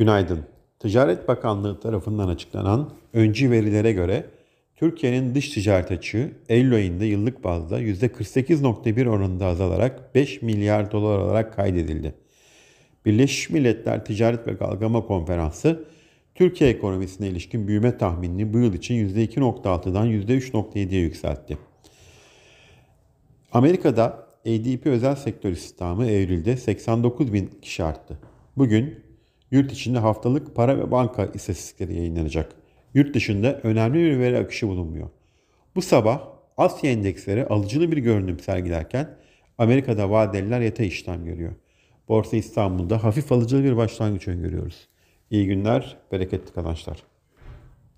Günaydın. Ticaret Bakanlığı tarafından açıklanan öncü verilere göre Türkiye'nin dış ticaret açığı Eylül ayında yıllık bazda %48,1 oranında azalarak 5 milyar dolar olarak kaydedildi. Birleşmiş Milletler Ticaret ve Kalkınma Konferansı, Türkiye ekonomisine ilişkin büyüme tahminini bu yıl için %2,6'dan %3,7'ye yükseltti. Amerika'da ADP özel sektör istihdamı Eylül'de 89 bin kişi arttı. Bugün yurt içinde haftalık para ve banka istatistikleri yayınlanacak. Yurt dışında önemli bir veri akışı bulunmuyor. Bu sabah Asya endeksleri alıcılı bir görünüm sergilerken Amerika'da vadeliler yatay işlem görüyor. Borsa İstanbul'da hafif alıcılı bir başlangıç öngörüyoruz. İyi günler, bereketli kazançlar.